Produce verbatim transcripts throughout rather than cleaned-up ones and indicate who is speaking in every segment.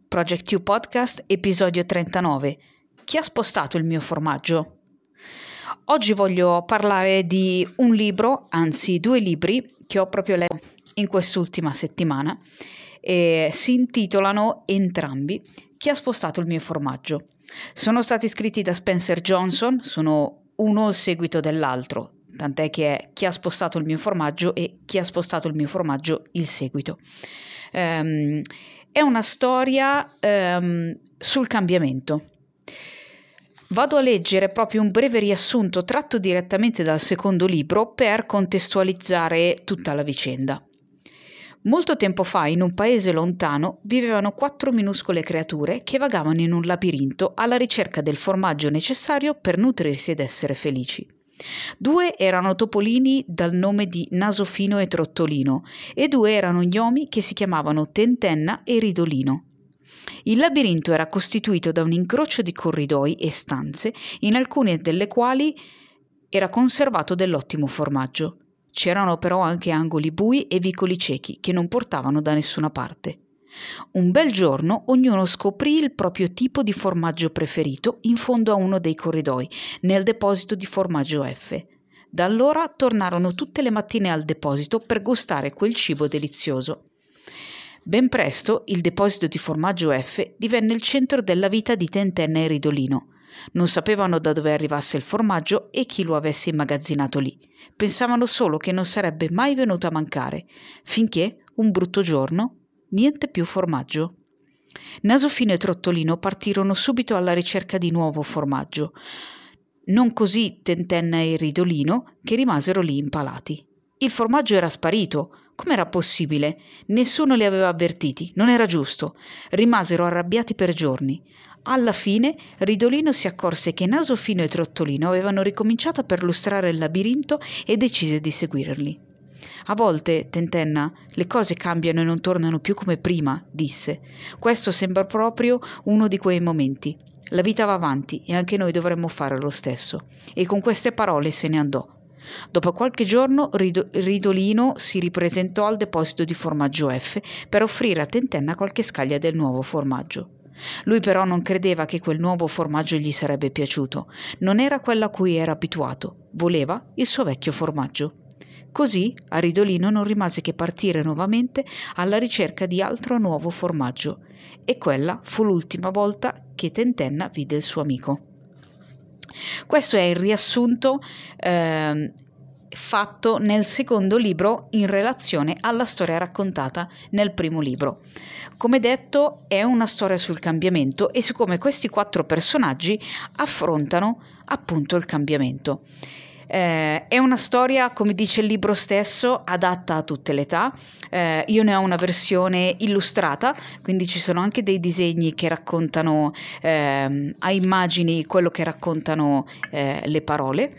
Speaker 1: Project U Podcast, episodio trentanove. Chi ha spostato il mio formaggio? Oggi voglio parlare di un libro, anzi due libri, che ho proprio letto in quest'ultima settimana e si intitolano entrambi Chi ha spostato il mio formaggio. Sono stati scritti da Spencer Johnson, sono uno il seguito dell'altro, tant'è che è Chi ha spostato il mio formaggio e Chi ha spostato il mio formaggio il seguito. Um, è una storia um, sul cambiamento. Vado a leggere proprio un breve riassunto tratto direttamente dal secondo libro per contestualizzare tutta la vicenda. Molto tempo fa, in un paese lontano, vivevano quattro minuscole creature che vagavano in un labirinto alla ricerca del formaggio necessario per nutrirsi ed essere felici. Due erano topolini dal nome di Nasofino e Trottolino e due erano gnomi che si chiamavano Tentenna e Ridolino. Il labirinto era costituito da un incrocio di corridoi e stanze, in alcune delle quali era conservato dell'ottimo formaggio. C'erano però anche angoli bui e vicoli ciechi che non portavano da nessuna parte. Un bel giorno ognuno scoprì il proprio tipo di formaggio preferito in fondo a uno dei corridoi, nel deposito di formaggio F. Da allora tornarono tutte le mattine al deposito per gustare quel cibo delizioso. Ben presto il deposito di formaggio F divenne il centro della vita di Tentenna e Ridolino. Non sapevano da dove arrivasse il formaggio e chi lo avesse immagazzinato lì. Pensavano solo che non sarebbe mai venuto a mancare, finché, un brutto giorno, niente più formaggio. Nasofino e Trottolino partirono subito alla ricerca di nuovo formaggio. Non così Tentenna e Ridolino, che rimasero lì impalati. Il formaggio era sparito. Com'era possibile? Nessuno li aveva avvertiti, non era giusto. Rimasero arrabbiati per giorni. Alla fine Ridolino si accorse che Nasofino e Trottolino avevano ricominciato a perlustrare il labirinto e decise di seguirli. A volte, Tentenna, le cose cambiano e non tornano più come prima, disse. Questo sembra proprio uno di quei momenti. La vita va avanti e anche noi dovremmo fare lo stesso. E con queste parole se ne andò. Dopo qualche giorno Rido- Ridolino si ripresentò al deposito di formaggio F per offrire a Tentenna qualche scaglia del nuovo formaggio. Lui però non credeva che quel nuovo formaggio gli sarebbe piaciuto. Non era quello a cui era abituato. Voleva il suo vecchio formaggio. Così a Ridolino non rimase che partire nuovamente alla ricerca di altro nuovo formaggio. E quella fu l'ultima volta che Tentenna vide il suo amico. Questo è il riassunto eh, fatto nel secondo libro in relazione alla storia raccontata nel primo libro. Come detto, è una storia sul cambiamento e su come questi quattro personaggi affrontano appunto il cambiamento. Eh, è una storia, come dice il libro stesso, adatta a tutte le età. Eh, io ne ho una versione illustrata, quindi ci sono anche dei disegni che raccontano eh, a immagini quello che raccontano eh, le parole.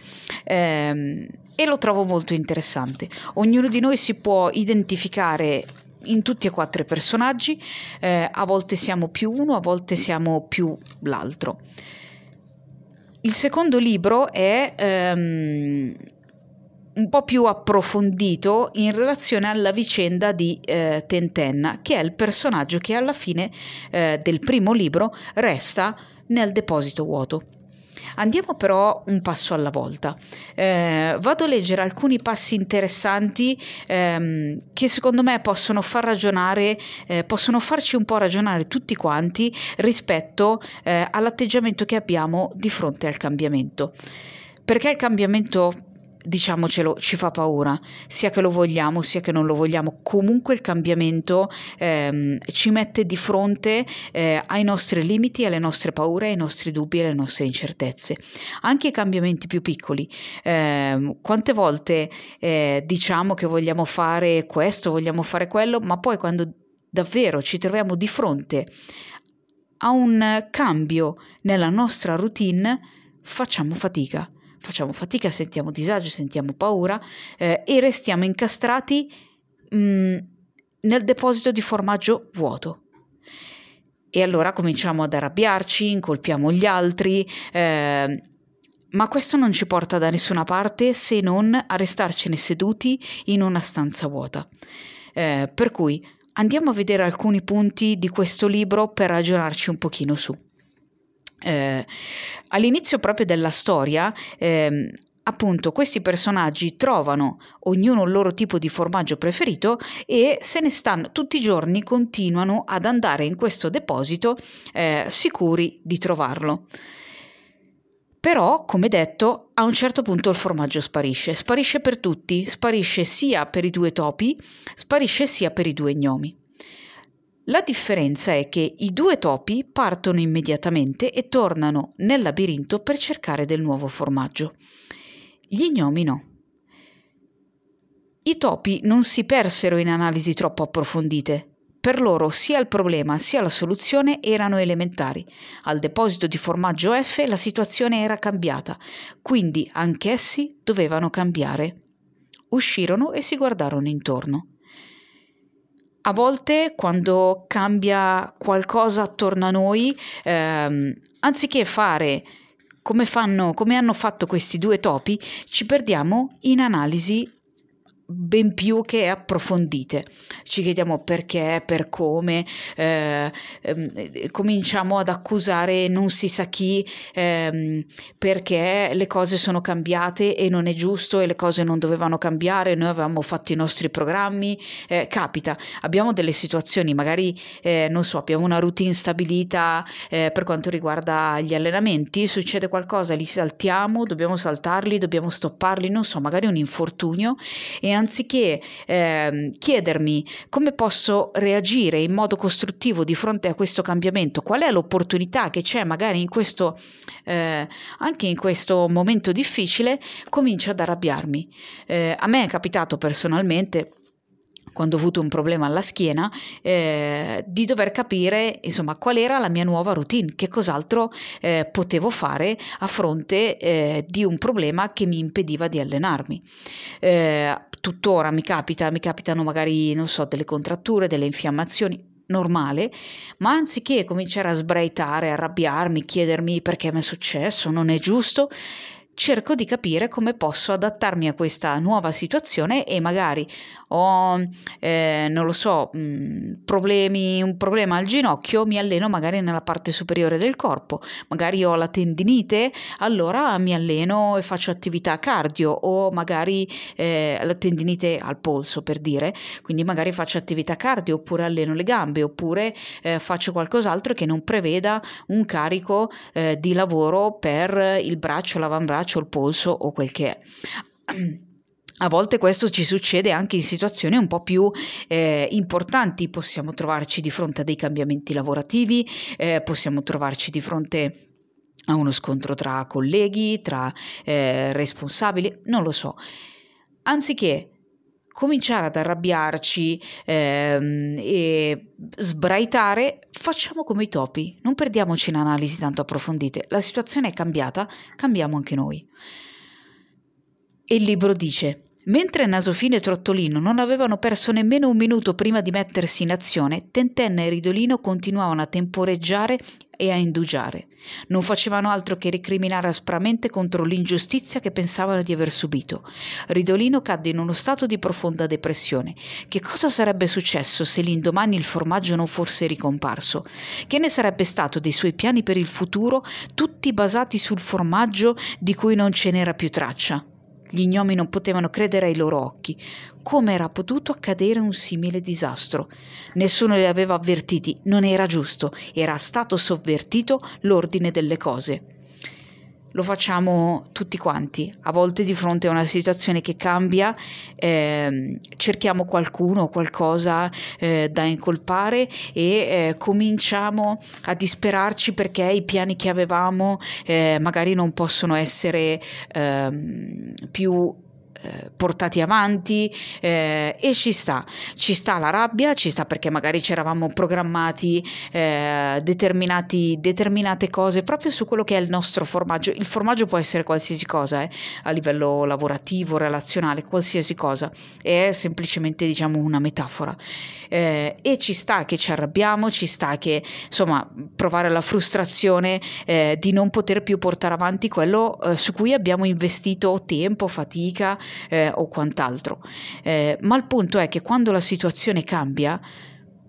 Speaker 1: Eh, e lo trovo molto interessante. Ognuno di noi si può identificare in tutti e quattro i personaggi, eh, a volte siamo più uno, a volte siamo più l'altro. Il secondo libro è um, un po' più approfondito in relazione alla vicenda di eh, Tentenna, che è il personaggio che alla fine eh, del primo libro resta nel deposito vuoto. Andiamo però un passo alla volta. Eh, vado a leggere alcuni passi interessanti ehm, che secondo me possono far ragionare, eh, possono farci un po' ragionare tutti quanti rispetto eh, all'atteggiamento che abbiamo di fronte al cambiamento. Perché il cambiamento, diciamocelo, ci fa paura, sia che lo vogliamo sia che non lo vogliamo. Comunque il cambiamento ehm, ci mette di fronte eh, ai nostri limiti, alle nostre paure, ai nostri dubbi e alle nostre incertezze. Anche i cambiamenti più piccoli. Eh, quante volte eh, diciamo che vogliamo fare questo, vogliamo fare quello, ma poi quando davvero ci troviamo di fronte a un cambio nella nostra routine facciamo fatica. Facciamo fatica, sentiamo disagio, sentiamo paura eh, e restiamo incastrati mh, nel deposito di formaggio vuoto. E allora cominciamo ad arrabbiarci, incolpiamo gli altri, eh, ma questo non ci porta da nessuna parte se non a restarcene seduti in una stanza vuota. Eh, per cui andiamo a vedere alcuni punti di questo libro per ragionarci un pochino su. Eh, all'inizio proprio della storia, eh, appunto, questi personaggi trovano ognuno il loro tipo di formaggio preferito e se ne stanno tutti i giorni, continuano ad andare in questo deposito eh, sicuri di trovarlo. Però, come detto, a un certo punto il formaggio sparisce, sparisce per tutti, sparisce sia per i due topi, sparisce sia per i due gnomi. La differenza è che i due topi partono immediatamente e tornano nel labirinto per cercare del nuovo formaggio. Gli gnomi no. I topi non si persero in analisi troppo approfondite. Per loro sia il problema sia la soluzione erano elementari. Al deposito di formaggio F la situazione era cambiata, quindi anch'essi dovevano cambiare. Uscirono e si guardarono intorno. A volte, quando cambia qualcosa attorno a noi, ehm, anziché fare come fanno, come hanno fatto questi due topi, ci perdiamo in analisi ben più che approfondite. Ci chiediamo perché, per come, eh, ehm, cominciamo ad accusare non si sa chi ehm, perché le cose sono cambiate e non è giusto e le cose non dovevano cambiare, noi avevamo fatto i nostri programmi, eh, capita, abbiamo delle situazioni, magari eh, non so, abbiamo una routine stabilita eh, per quanto riguarda gli allenamenti, succede qualcosa, li saltiamo, dobbiamo saltarli, dobbiamo stopparli, non so, magari un infortunio, e anziché eh, chiedermi come posso reagire in modo costruttivo di fronte a questo cambiamento, qual è l'opportunità che c'è magari in questo, eh, anche in questo momento difficile, comincio ad arrabbiarmi. Eh, a me è capitato personalmente, quando ho avuto un problema alla schiena, eh, di dover capire insomma qual era la mia nuova routine, che cos'altro eh, potevo fare a fronte eh, di un problema che mi impediva di allenarmi. Eh, tuttora mi capita, mi capitano magari, non so, delle contratture, delle infiammazioni, normale, ma anziché cominciare a sbraitare, arrabbiarmi, chiedermi perché mi è successo, non è giusto, cerco di capire come posso adattarmi a questa nuova situazione e magari ho, eh, non lo so, mh, problemi, un problema al ginocchio, mi alleno magari nella parte superiore del corpo, magari ho la tendinite, allora mi alleno e faccio attività cardio, o magari eh, la tendinite al polso, per dire, quindi magari faccio attività cardio, oppure alleno le gambe, oppure eh, faccio qualcos'altro che non preveda un carico eh, di lavoro per il braccio, l'avambraccio, il polso o quel che è. A volte questo ci succede anche in situazioni un po' più eh, importanti, possiamo trovarci di fronte a dei cambiamenti lavorativi, eh, possiamo trovarci di fronte a uno scontro tra colleghi, tra eh, responsabili, non lo so. Anziché cominciare ad arrabbiarci ehm, e sbraitare, facciamo come i topi, non perdiamoci in analisi tanto approfondite, la situazione è cambiata, cambiamo anche noi. E il libro dice: mentre Nasofino e Trottolino non avevano perso nemmeno un minuto prima di mettersi in azione, Tentenna e Ridolino continuavano a temporeggiare e a indugiare. Non facevano altro che recriminare aspramente contro l'ingiustizia che pensavano di aver subito. Ridolino cadde in uno stato di profonda depressione. Che cosa sarebbe successo se l'indomani il formaggio non fosse ricomparso? Che ne sarebbe stato dei suoi piani per il futuro, tutti basati sul formaggio di cui non ce n'era più traccia? Gli gnomi non potevano credere ai loro occhi. Come era potuto accadere un simile disastro? Nessuno li aveva avvertiti, non era giusto, era stato sovvertito l'ordine delle cose. Lo facciamo tutti quanti, a volte di fronte a una situazione che cambia, eh, cerchiamo qualcuno o qualcosa eh, da incolpare e eh, cominciamo a disperarci perché i piani che avevamo eh, magari non possono essere eh, più Eh, portati avanti eh, e ci sta, ci sta la rabbia, ci sta perché magari ci eravamo programmati eh, determinati, determinate cose proprio su quello che è il nostro formaggio. Il formaggio può essere qualsiasi cosa, eh, a livello lavorativo, relazionale, qualsiasi cosa, è semplicemente, diciamo, una metafora eh, e ci sta che ci arrabbiamo, ci sta che insomma provare la frustrazione eh, di non poter più portare avanti quello eh, su cui abbiamo investito tempo, fatica Eh, o quant'altro, eh, ma il punto è che quando la situazione cambia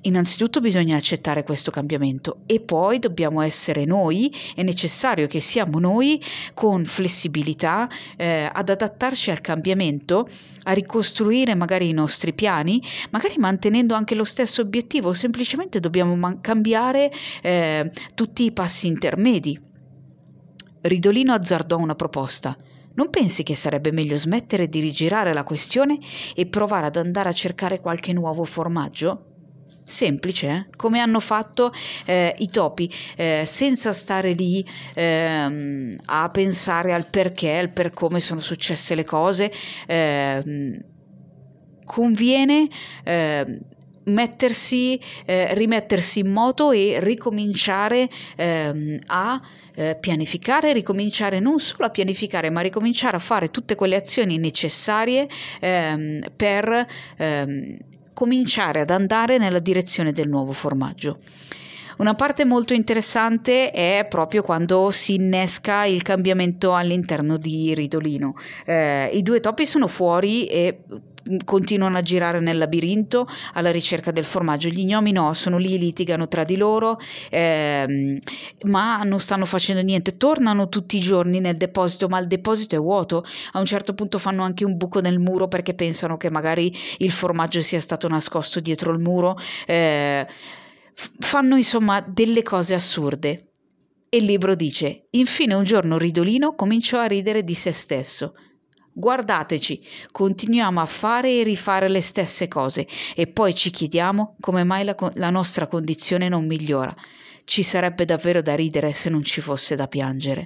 Speaker 1: innanzitutto bisogna accettare questo cambiamento e poi dobbiamo essere noi, è necessario che siamo noi con flessibilità eh, ad adattarci al cambiamento, a ricostruire magari i nostri piani, magari mantenendo anche lo stesso obiettivo, semplicemente dobbiamo man- cambiare eh, tutti i passi intermedi. Ridolino azzardò una proposta. Non pensi che sarebbe meglio smettere di rigirare la questione e provare ad andare a cercare qualche nuovo formaggio? Semplice, eh? Come hanno fatto eh, i topi, eh, senza stare lì ehm, a pensare al perché, al per come sono successe le cose. Eh, conviene eh, mettersi, eh, rimettersi in moto e ricominciare ehm, a eh, pianificare, ricominciare non solo a pianificare, ma ricominciare a fare tutte quelle azioni necessarie ehm, per ehm, cominciare ad andare nella direzione del nuovo formaggio. Una parte molto interessante è proprio quando si innesca il cambiamento all'interno di Ridolino. Eh, i due topi sono fuori e continuano a girare nel labirinto alla ricerca del formaggio. Gli gnomi no, sono lì, litigano tra di loro, ehm, ma non stanno facendo niente. Tornano tutti i giorni nel deposito, ma il deposito è vuoto. A un certo punto fanno anche un buco nel muro perché pensano che magari il formaggio sia stato nascosto dietro il muro. Eh, fanno insomma delle cose assurde. E il libro dice: infine un giorno Ridolino cominciò a ridere di se stesso. Guardateci, continuiamo a fare e rifare le stesse cose e poi ci chiediamo come mai la, la nostra condizione non migliora. Ci sarebbe davvero da ridere se non ci fosse da piangere.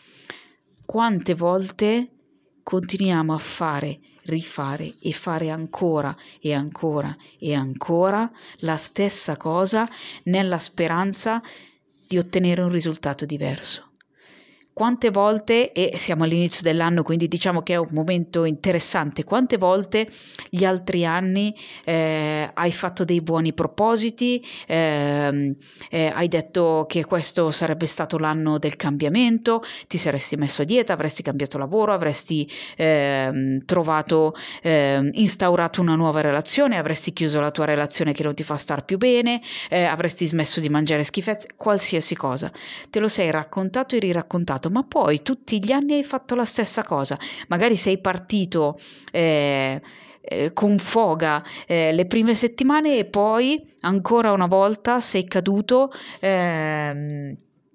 Speaker 1: Quante volte continuiamo a fare, rifare e fare ancora e ancora e ancora la stessa cosa nella speranza di ottenere un risultato diverso. Quante volte, e siamo all'inizio dell'anno, quindi diciamo che è un momento interessante, quante volte gli altri anni eh, hai fatto dei buoni propositi, eh, eh, hai detto che questo sarebbe stato l'anno del cambiamento, ti saresti messo a dieta, avresti cambiato lavoro, avresti eh, trovato, eh, instaurato una nuova relazione, avresti chiuso la tua relazione che non ti fa star più bene, eh, avresti smesso di mangiare schifezze, qualsiasi cosa. Te lo sei raccontato e riraccontato, ma poi tutti gli anni hai fatto la stessa cosa. Magari sei partito eh, eh, con foga eh, le prime settimane e poi ancora una volta sei caduto eh,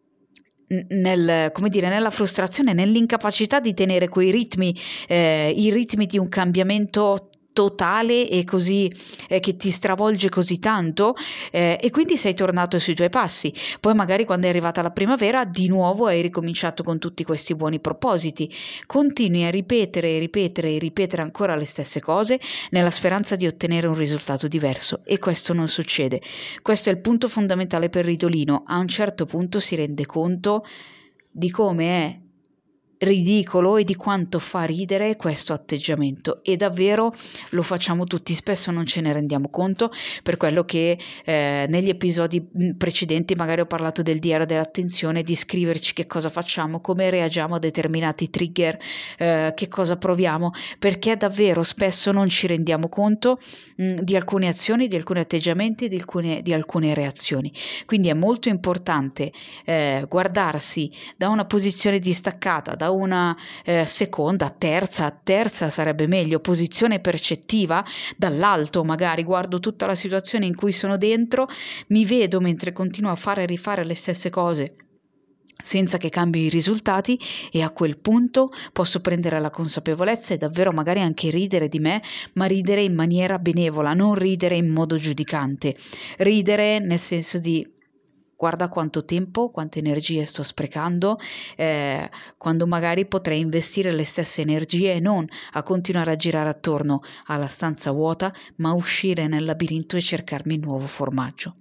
Speaker 1: nel, come dire, nella frustrazione, nell'incapacità di tenere quei ritmi, eh, i ritmi di un cambiamento totale e così eh, che ti stravolge così tanto eh, e quindi sei tornato sui tuoi passi. Poi magari quando è arrivata la primavera di nuovo hai ricominciato con tutti questi buoni propositi, continui a ripetere e ripetere e ripetere ancora le stesse cose nella speranza di ottenere un risultato diverso e questo non succede. Questo è il punto fondamentale per Ridolino. A un certo punto si rende conto di come è ridicolo e di quanto fa ridere questo atteggiamento e davvero lo facciamo tutti, spesso non ce ne rendiamo conto, per quello che eh, negli episodi precedenti magari ho parlato del diario dell'attenzione, di scriverci che cosa facciamo, come reagiamo a determinati trigger, eh, che cosa proviamo, perché davvero spesso non ci rendiamo conto mh, di alcune azioni, di alcuni atteggiamenti, di alcune, di alcune reazioni. Quindi è molto importante eh, guardarsi da una posizione distaccata, da una eh, seconda, terza, terza sarebbe meglio, posizione percettiva, dall'alto magari guardo tutta la situazione in cui sono dentro, mi vedo mentre continuo a fare e rifare le stesse cose senza che cambi i risultati e a quel punto posso prendere la consapevolezza e davvero magari anche ridere di me, ma ridere in maniera benevola, non ridere in modo giudicante, ridere nel senso di guarda quanto tempo, quante energie sto sprecando, eh, quando magari potrei investire le stesse energie e non a continuare a girare attorno alla stanza vuota, ma uscire nel labirinto e cercarmi il nuovo formaggio.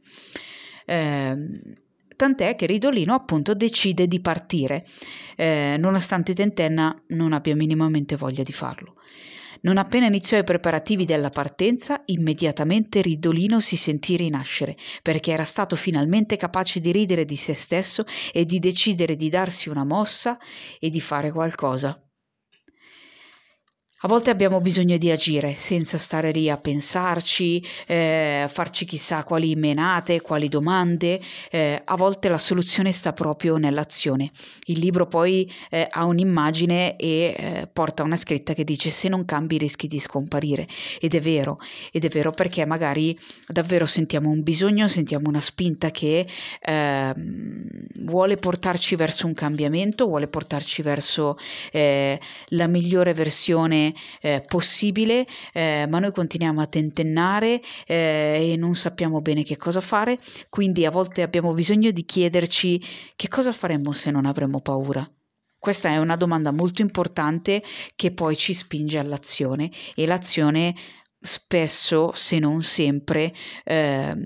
Speaker 1: Eh, tant'è che Ridolino appunto decide di partire, eh, nonostante Tentenna non abbia minimamente voglia di farlo. Non appena iniziò i preparativi della partenza, immediatamente Ridolino si sentì rinascere, perché era stato finalmente capace di ridere di se stesso e di decidere di darsi una mossa e di fare qualcosa. A volte abbiamo bisogno di agire senza stare lì a pensarci, eh, farci chissà quali menate, quali domande. Eh, a volte la soluzione sta proprio nell'azione. Il libro poi eh, ha un'immagine e eh, porta una scritta che dice: se non cambi rischi di scomparire. Ed è vero, ed è vero perché magari davvero sentiamo un bisogno, sentiamo una spinta che eh, vuole portarci verso un cambiamento, vuole portarci verso eh, la migliore versione Eh, possibile, eh, ma noi continuiamo a tentennare eh, e non sappiamo bene che cosa fare, quindi a volte abbiamo bisogno di chiederci: che cosa faremmo se non avremmo paura? Questa è una domanda molto importante che poi ci spinge all'azione, e l'azione spesso, se non sempre, eh,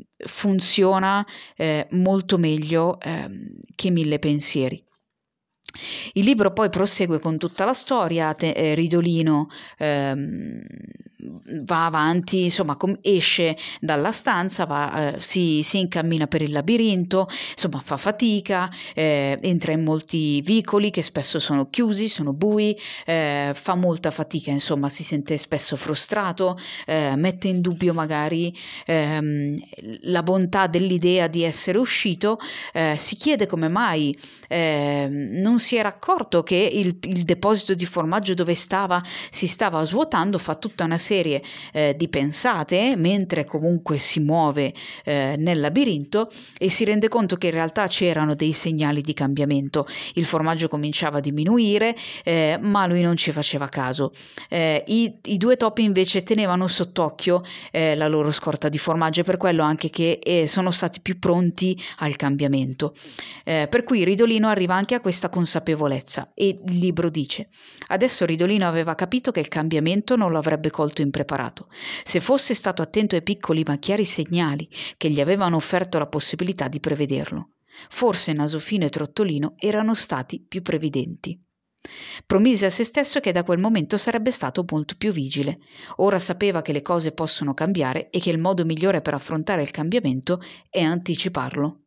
Speaker 1: funziona eh, molto meglio eh, che mille pensieri. Il libro poi prosegue con tutta la storia. te- eh, Ridolino ehm, va avanti, insomma, com- esce dalla stanza, va, eh, si, si incammina per il labirinto, insomma, fa fatica, eh, entra in molti vicoli che spesso sono chiusi, sono bui, eh, fa molta fatica, insomma, si sente spesso frustrato, eh, mette in dubbio magari ehm, la bontà dell'idea di essere uscito, eh, si chiede come mai eh, non si era accorto che il, il deposito di formaggio dove stava si stava svuotando, fa tutta una serie eh, di pensate mentre comunque si muove eh, nel labirinto, e si rende conto che in realtà c'erano dei segnali di cambiamento. Il formaggio cominciava a diminuire, eh, ma lui non ci faceva caso. Eh, i, i due topi invece tenevano sott'occhio eh, la loro scorta di formaggio, e per quello anche che eh, sono stati più pronti al cambiamento. Eh, per cui Ridolino arriva anche a questa consapevolezza, e il libro dice: adesso Ridolino aveva capito che il cambiamento non lo avrebbe colto impreparato. Se fosse stato attento ai piccoli ma chiari segnali che gli avevano offerto la possibilità di prevederlo, forse Nasofino e Trottolino erano stati più previdenti. Promise a se stesso che da quel momento sarebbe stato molto più vigile. Ora sapeva che le cose possono cambiare e che il modo migliore per affrontare il cambiamento è anticiparlo.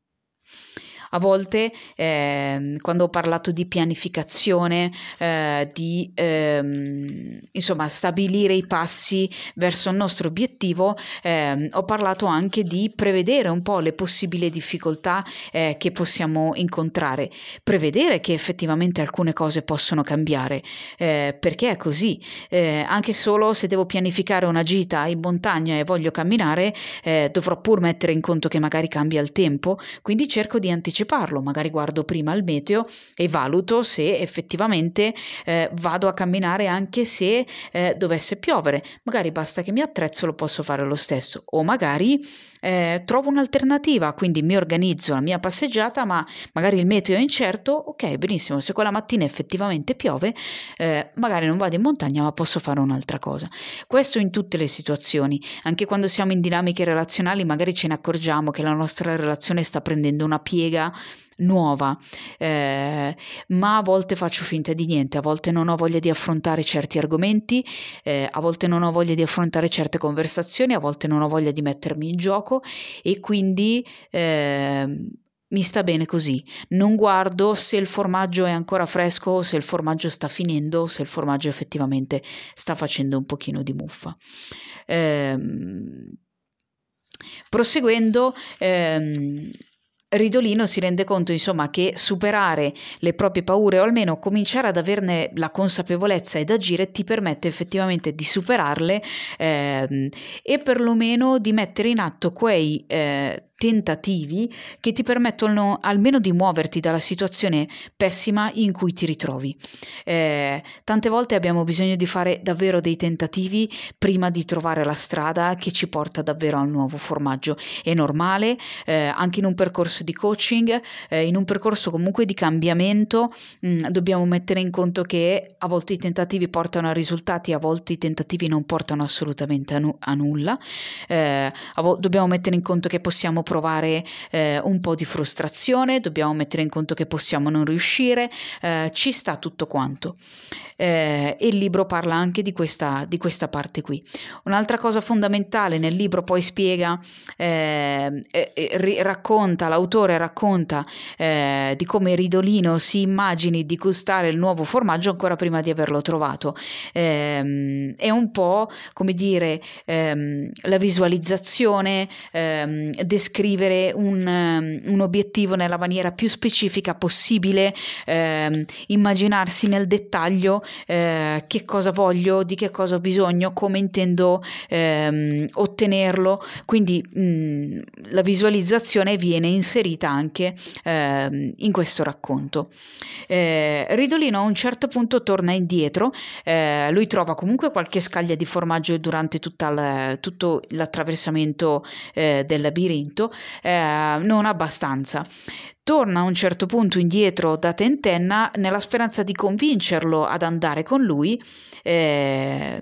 Speaker 1: A volte, eh, quando ho parlato di pianificazione, eh, di ehm, insomma stabilire i passi verso il nostro obiettivo, eh, ho parlato anche di prevedere un po' le possibili difficoltà eh, che possiamo incontrare, prevedere che effettivamente alcune cose possono cambiare, eh, perché è così. Eh, anche solo se devo pianificare una gita in montagna e voglio camminare, eh, dovrò pur mettere in conto che magari cambia il tempo, quindi cerco di anticipare. Magari guardo prima il meteo e valuto se effettivamente eh, vado a camminare anche se eh, dovesse piovere. Magari basta che mi attrezzo, lo posso fare lo stesso, o magari eh, trovo un'alternativa, quindi mi organizzo la mia passeggiata, ma magari il meteo è incerto. Ok, benissimo, se quella mattina effettivamente piove, eh, magari non vado in montagna, ma posso fare un'altra cosa. Questo in tutte le situazioni, anche quando siamo in dinamiche relazionali, magari ce ne accorgiamo che la nostra relazione sta prendendo una piega nuova, eh, ma a volte faccio finta di niente, a volte non ho voglia di affrontare certi argomenti, eh, a volte non ho voglia di affrontare certe conversazioni, a volte non ho voglia di mettermi in gioco, e quindi eh, mi sta bene così. Non guardo se il formaggio è ancora fresco, o se il formaggio sta finendo, o se il formaggio effettivamente sta facendo un pochino di muffa. Ehm, proseguendo, ehm, Ridolino si rende conto, insomma, che superare le proprie paure, o almeno cominciare ad averne la consapevolezza ed agire, ti permette effettivamente di superarle ehm, e perlomeno di mettere in atto quei eh, tentativi che ti permettono almeno di muoverti dalla situazione pessima in cui ti ritrovi. Eh, tante volte abbiamo bisogno di fare davvero dei tentativi prima di trovare la strada che ci porta davvero al nuovo formaggio. È normale, eh, anche in un percorso di coaching, eh, in un percorso comunque di cambiamento, mh, dobbiamo mettere in conto che a volte i tentativi portano a risultati, a volte i tentativi non portano assolutamente a, nu- a nulla. Eh, a vo- dobbiamo mettere in conto che possiamo provare eh, un po' di frustrazione, dobbiamo mettere in conto che possiamo non riuscire, eh, ci sta tutto quanto. Eh, e il libro parla anche di questa, di questa parte qui. Un'altra cosa fondamentale nel libro poi spiega, eh, eh, racconta, l'autore racconta eh, di come Ridolino si immagini di gustare il nuovo formaggio ancora prima di averlo trovato. Eh, è un po' come dire ehm, la visualizzazione, ehm, descrivere un, um, un obiettivo nella maniera più specifica possibile, ehm, immaginarsi nel dettaglio Eh, che cosa voglio, di che cosa ho bisogno, come intendo ehm, ottenerlo. Quindi mh, la visualizzazione viene inserita anche ehm, in questo racconto. Eh, Ridolino a un certo punto torna indietro, eh, lui trova comunque qualche scaglia di formaggio durante tutta la, tutto l'attraversamento eh, del labirinto, eh, non abbastanza. Torna a un certo punto indietro da Tentenna nella speranza di convincerlo ad andare con lui, eh,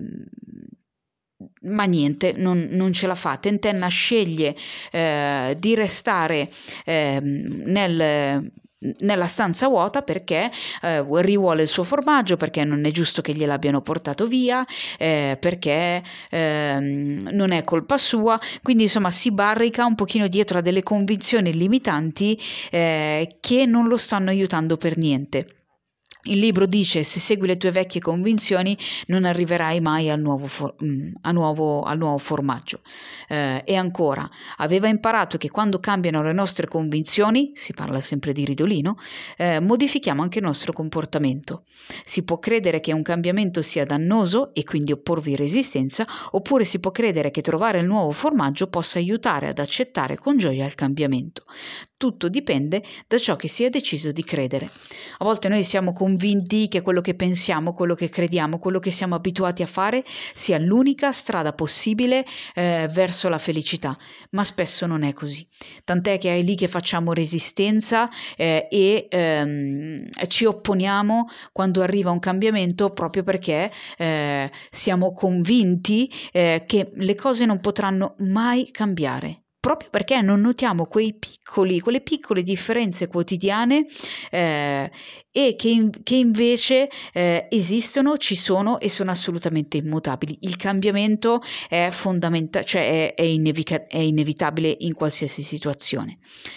Speaker 1: ma niente, non, non ce la fa. Tentenna sceglie eh, di restare eh, nel... nella stanza vuota perché eh, rivuole il suo formaggio, perché non è giusto che gliel'abbiano portato via, eh, perché eh, non è colpa sua, quindi insomma si barrica un pochino dietro a delle convinzioni limitanti eh, che non lo stanno aiutando per niente. Il libro dice: se segui le tue vecchie convinzioni non arriverai mai al nuovo, for- a nuovo, al nuovo formaggio. Eh, e ancora, aveva imparato che quando cambiano le nostre convinzioni, si parla sempre di Ridolino, eh, modifichiamo anche il nostro comportamento. Si può credere che un cambiamento sia dannoso e quindi opporvi resistenza, oppure si può credere che trovare il nuovo formaggio possa aiutare ad accettare con gioia il cambiamento. Tutto dipende da ciò che si è deciso di credere. A volte noi siamo convinti che quello che pensiamo, quello che crediamo, quello che siamo abituati a fare sia l'unica strada possibile eh, verso la felicità, ma spesso non è così. Tant'è che è lì che facciamo resistenza eh, e ehm, ci opponiamo quando arriva un cambiamento, proprio perché eh, siamo convinti eh, che le cose non potranno mai cambiare. Proprio perché non notiamo quei piccoli, quelle piccole differenze quotidiane eh, e che, in, che invece eh, esistono, ci sono e sono assolutamente immutabili. Il cambiamento è fondamentale, cioè è, è, inevica- è inevitabile in qualsiasi situazione.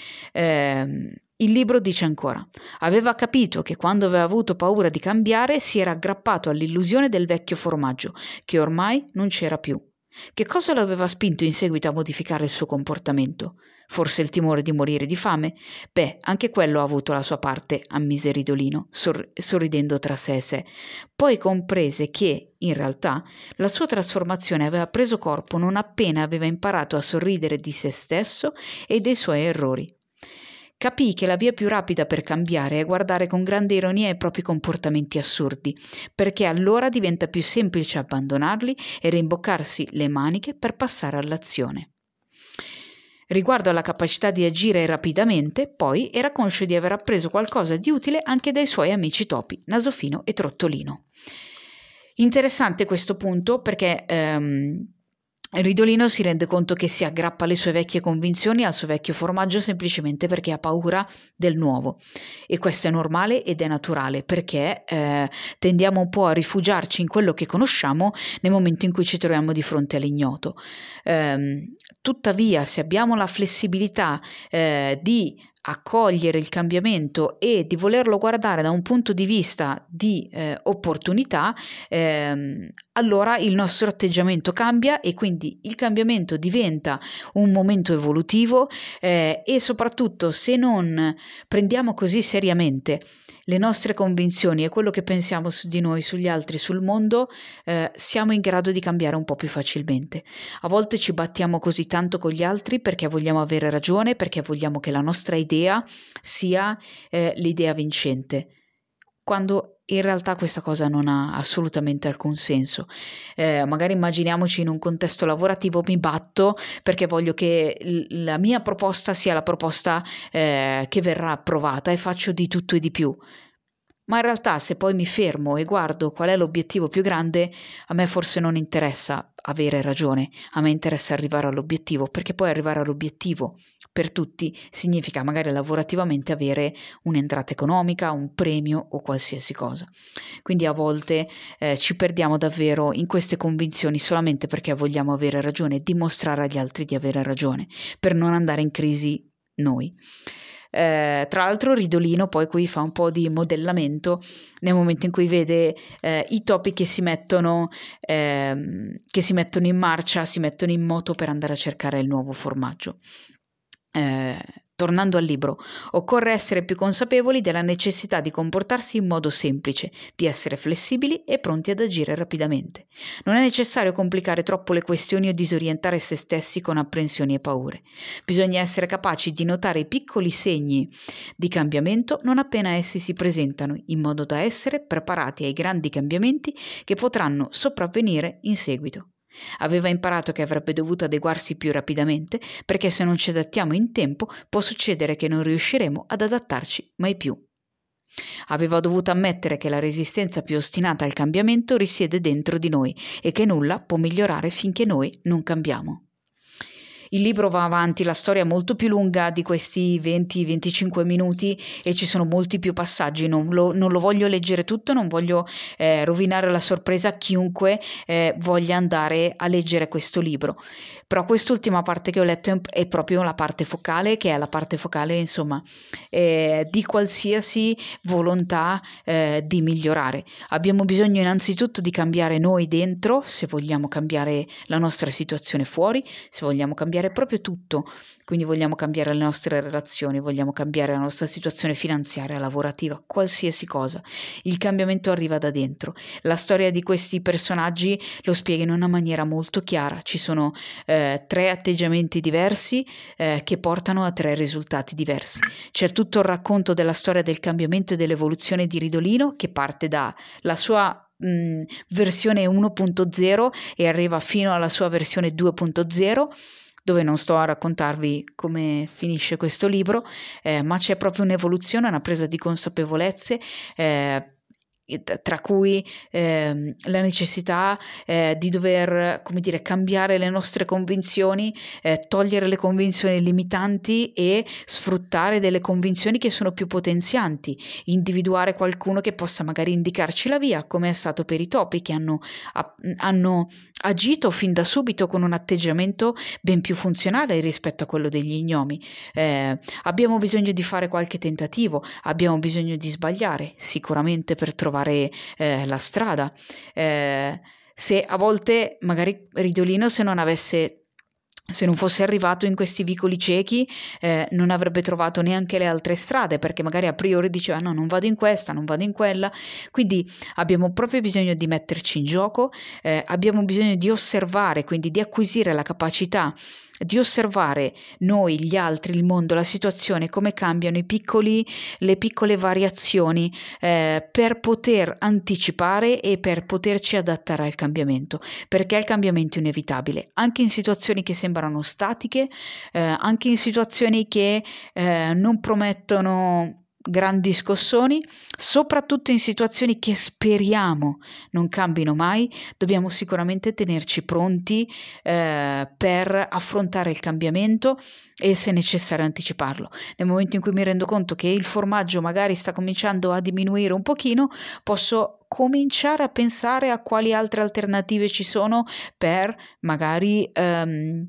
Speaker 1: Eh, il libro dice ancora: aveva capito che quando aveva avuto paura di cambiare si era aggrappato all'illusione del vecchio formaggio, che ormai non c'era più. Che cosa lo aveva spinto in seguito a modificare il suo comportamento? Forse il timore di morire di fame? Beh, anche quello ha avuto la sua parte, ammise Ridolino, sor- sorridendo tra sé e sé. Poi comprese che, in realtà, la sua trasformazione aveva preso corpo non appena aveva imparato a sorridere di se stesso e dei suoi errori. Capì che la via più rapida per cambiare è guardare con grande ironia i propri comportamenti assurdi, perché allora diventa più semplice abbandonarli e rimboccarsi le maniche per passare all'azione. Riguardo alla capacità di agire rapidamente, poi era conscio di aver appreso qualcosa di utile anche dai suoi amici topi, Nasofino e Trottolino. Interessante questo punto perché ehm, Ridolino si rende conto che si aggrappa alle sue vecchie convinzioni, al suo vecchio formaggio, semplicemente perché ha paura del nuovo. E questo è normale ed è naturale, perché eh, tendiamo un po' a rifugiarci in quello che conosciamo nel momento in cui ci troviamo di fronte all'ignoto. Ehm, tuttavia, se abbiamo la flessibilità eh, di accogliere il cambiamento e di volerlo guardare da un punto di vista di eh, opportunità, ehm, allora il nostro atteggiamento cambia e quindi il cambiamento diventa un momento evolutivo eh, e soprattutto, se non prendiamo così seriamente le nostre convinzioni e quello che pensiamo su di noi, sugli altri, sul mondo, eh, siamo in grado di cambiare un po' più facilmente. A volte ci battiamo così tanto con gli altri perché vogliamo avere ragione, perché vogliamo che la nostra idea sia eh, l'idea vincente, quando in realtà questa cosa non ha assolutamente alcun senso. Eh, magari immaginiamoci in un contesto lavorativo: mi batto perché voglio che l- la mia proposta sia la proposta eh, che verrà approvata e faccio di tutto e di più. Ma in realtà, se poi mi fermo e guardo qual è l'obiettivo più grande, a me forse non interessa avere ragione, a me interessa arrivare all'obiettivo, perché poi arrivare all'obiettivo per tutti significa magari lavorativamente avere un'entrata economica, un premio o qualsiasi cosa. Quindi a volte eh, ci perdiamo davvero in queste convinzioni solamente perché vogliamo avere ragione e dimostrare agli altri di avere ragione, per non andare in crisi noi. Eh, tra l'altro Ridolino poi qui fa un po' di modellamento nel momento in cui vede eh, i topi che si mettono ehm, che si mettono in marcia, si mettono in moto per andare a cercare il nuovo formaggio. Eh, tornando al libro, occorre essere più consapevoli della necessità di comportarsi in modo semplice, di essere flessibili e pronti ad agire rapidamente. Non è necessario complicare troppo le questioni o disorientare se stessi con apprensioni e paure. Bisogna essere capaci di notare i piccoli segni di cambiamento non appena essi si presentano, in modo da essere preparati ai grandi cambiamenti che potranno sopravvenire in seguito. Aveva imparato che avrebbe dovuto adeguarsi più rapidamente, perché se non ci adattiamo in tempo può succedere che non riusciremo ad adattarci mai più. Aveva dovuto ammettere che la resistenza più ostinata al cambiamento risiede dentro di noi e che nulla può migliorare finché noi non cambiamo. Il libro va avanti, la storia è molto più lunga di questi venti venticinque minuti e ci sono molti più passaggi, non lo, non lo voglio leggere tutto, non voglio eh, rovinare la sorpresa a chiunque eh, voglia andare a leggere questo libro. Però quest'ultima parte che ho letto è, è proprio la parte focale, che è la parte focale, insomma, eh, di qualsiasi volontà eh, di migliorare. Abbiamo bisogno innanzitutto di cambiare noi dentro, se vogliamo cambiare la nostra situazione fuori, se vogliamo cambiare proprio tutto, quindi vogliamo cambiare le nostre relazioni, vogliamo cambiare la nostra situazione finanziaria, lavorativa, qualsiasi cosa. Il cambiamento arriva da dentro. La storia di questi personaggi lo spiega in una maniera molto chiara. Ci sono eh, tre atteggiamenti diversi eh, che portano a tre risultati diversi. C'è tutto il racconto della storia del cambiamento e dell'evoluzione di Ridolino, che parte dalla sua mh, versione uno punto zero e arriva fino alla sua versione due punto zero, dove non sto a raccontarvi come finisce questo libro, eh, ma c'è proprio un'evoluzione, una presa di consapevolezze, eh, tra cui eh, la necessità eh, di dover, come dire, cambiare le nostre convinzioni, eh, togliere le convinzioni limitanti e sfruttare delle convinzioni che sono più potenzianti, individuare qualcuno che possa magari indicarci la via, come è stato per i topi che hanno, a, hanno agito fin da subito con un atteggiamento ben più funzionale rispetto a quello degli gnomi. Eh, abbiamo bisogno di fare qualche tentativo, abbiamo bisogno di sbagliare, sicuramente, per trovare eh, la strada. Eh, se a volte magari Ridolino, se non avesse se non fosse arrivato in questi vicoli ciechi, eh, non avrebbe trovato neanche le altre strade, perché magari a priori diceva no, non vado in questa, non vado in quella. Quindi abbiamo proprio bisogno di metterci in gioco, eh, abbiamo bisogno di osservare, quindi di acquisire la capacità di osservare noi, gli altri, il mondo, la situazione, come cambiano i piccoli, le piccole variazioni, eh, per poter anticipare e per poterci adattare al cambiamento, perché il cambiamento è inevitabile, anche in situazioni che sembrano statiche, eh, anche in situazioni che eh, non promettono grandi scossoni, soprattutto in situazioni che speriamo non cambino mai. Dobbiamo sicuramente tenerci pronti eh, per affrontare il cambiamento e, se necessario, anticiparlo. Nel momento in cui mi rendo conto che il formaggio magari sta cominciando a diminuire un pochino, posso cominciare a pensare a quali altre alternative ci sono per magari ehm,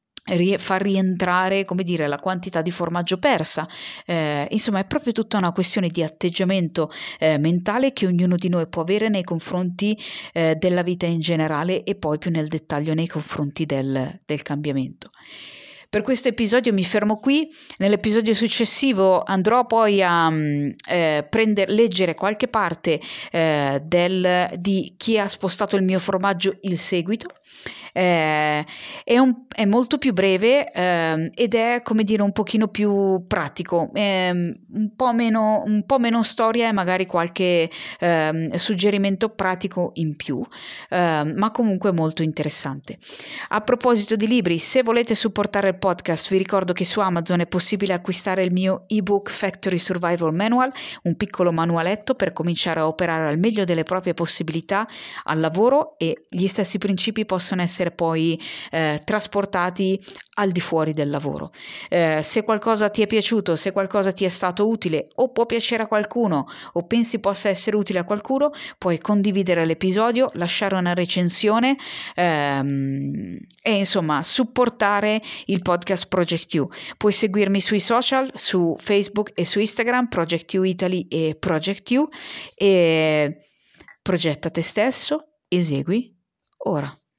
Speaker 1: far rientrare, come dire, la quantità di formaggio persa. Eh, insomma, è proprio tutta una questione di atteggiamento eh, mentale che ognuno di noi può avere nei confronti eh, della vita in generale e poi più nel dettaglio nei confronti del, del cambiamento. Per questo episodio mi fermo qui. Nell'episodio successivo andrò poi a eh, prendere, leggere qualche parte eh, del, di Chi ha spostato il mio formaggio, il seguito. Eh, è, un, è molto più breve eh, ed è, come dire, un pochino più pratico, eh, un po' meno, un po' meno storia e magari qualche eh, suggerimento pratico in più, eh, ma comunque molto interessante. A proposito di libri, se volete supportare il podcast, vi ricordo che su Amazon è possibile acquistare il mio ebook Factory Survival Manual, un piccolo manualetto per cominciare a operare al meglio delle proprie possibilità al lavoro, e gli stessi principi possono essere essere poi eh, trasportati al di fuori del lavoro. Eh, se qualcosa ti è piaciuto, se qualcosa ti è stato utile o può piacere a qualcuno o pensi possa essere utile a qualcuno, puoi condividere l'episodio, lasciare una recensione ehm, e insomma supportare il podcast Project You. Puoi seguirmi sui social, su Facebook e su Instagram, Project You Italy e Project You, e progetta te stesso, esegui ora.